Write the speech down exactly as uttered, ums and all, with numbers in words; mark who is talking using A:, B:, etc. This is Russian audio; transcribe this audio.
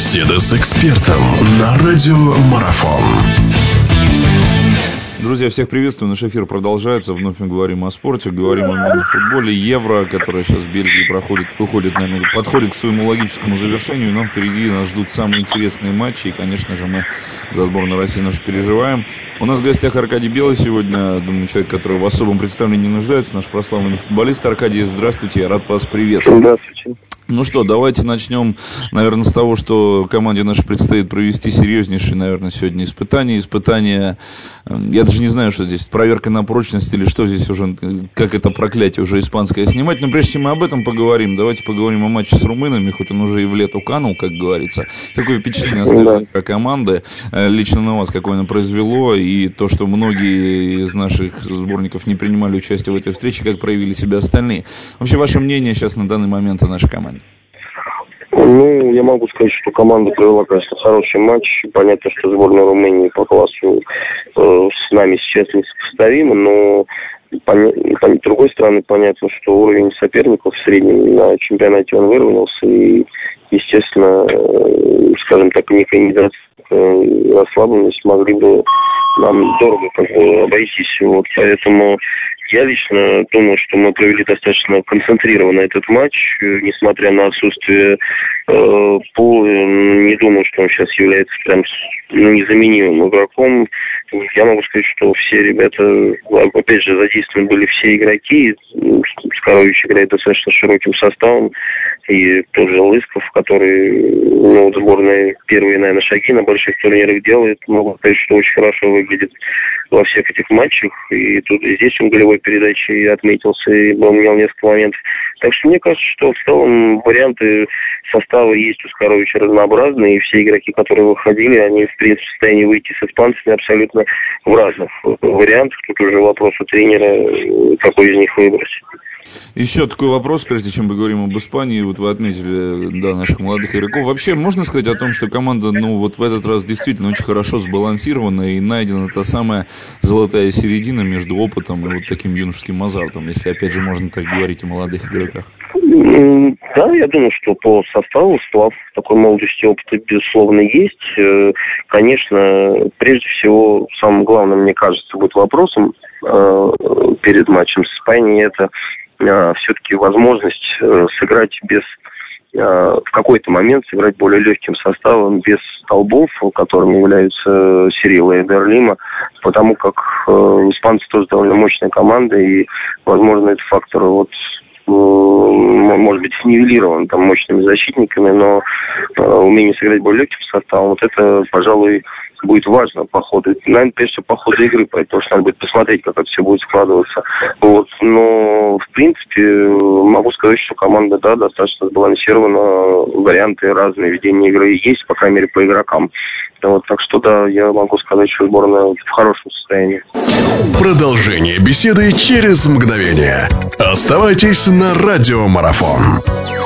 A: Беседа с экспертом на радио Марафон.
B: Друзья, всех приветствую. Наш эфир продолжается. Вновь мы говорим о спорте, говорим о футболе. Евро, которое сейчас в Бельгии проходит, выходит, наверное, подходит к своему логическому завершению. И нам впереди нас ждут самые интересные матчи. И, конечно же, мы за сборную России нашу переживаем. У нас в гостях Аркадий Белый сегодня. Думаю, человек, который в особом представлении не нуждается. Наш прославленный футболист. Аркадий, здравствуйте. Я рад вас приветствовать.
C: Здравствуйте.
B: Ну что, давайте начнем, наверное, с того, что команде нашей предстоит провести серьезнейшие, наверное, сегодня испытания. Испытания, я даже не знаю, что здесь, проверка на прочность или что здесь уже, как это проклятие уже испанское снимать. Но прежде чем мы об этом поговорим, давайте поговорим о матче с румынами, хоть он уже и в лету канул, как говорится. Какое впечатление оставило да. команды, лично на вас, какое оно произвело, и то, что многие из наших сборников не принимали участие в этой встрече, как проявили себя остальные. Вообще, ваше мнение сейчас на данный момент о нашей команде?
C: Ну, я могу сказать, что команда провела, конечно, хороший матч. Понятно, что сборная Румынии по классу э, с нами сейчас несопоставима, но поня... с другой стороны, понятно, что уровень соперников в среднем на чемпионате он выровнялся, и, естественно, э, скажем так, некая недооценка, расслабленность могли бы нам дорого как бы обойтись. Вот, поэтому я лично думаю, что мы провели достаточно концентрированно этот матч, несмотря на отсутствие э, Пола. Не думаю, что он сейчас является прям ну, незаменимым игроком. Я могу сказать, что все ребята, опять же, задействованы были все игроки. Скорович играет достаточно широким составом. И тот же Лысков, который ну, сборная первые, наверное, шаги на больших турнирах делает. Могу сказать, что очень хорошо выглядит во всех этих матчах. И тут и здесь он голевой передачей отметился и имел несколько моментов. Так что мне кажется, что в целом варианты состава есть у Скоровича разнообразные. И все игроки, которые выходили, они в принципе в состоянии выйти с испанцами абсолютно в разных вариантах. Тут уже вопрос у тренера, какой из них выбрать.
B: Еще такой вопрос, прежде чем мы говорим об Испании. Вот вы отметили, да, наших молодых игроков. Вообще, можно сказать о том, что команда, ну, вот в этот раз действительно очень хорошо сбалансирована и найдена та самая золотая середина между опытом и вот таким юношеским азартом, если, опять же, можно так говорить о молодых игроках?
C: Да, я думаю, что по составу сплав такой молодости и опыта, безусловно, есть. Конечно, прежде всего, самым главным, мне кажется, будет вопросом перед матчем с Испанией, это все-таки возможность сыграть без, в какой-то момент сыграть более легким составом, без столбов, которыми являются Сирила и Дерлима, потому как испанцы тоже довольно мощная команда, и, возможно, этот фактор вот может быть снивелирован там мощными защитниками, но э, умение сыграть более легким составом, вот это, пожалуй, будет важно по ходу. Наверное, прежде всего, по ходу игры, потому что надо будет посмотреть, как это все будет складываться. Вот. Но, в принципе, могу сказать, что команда, да, достаточно сбалансирована, варианты разные, ведения игры есть, по крайней мере, по игрокам. Вот, так что, да, я могу сказать, что сборная в хорошем состоянии.
A: Продолжение беседы через мгновение. Оставайтесь на радио Марафон.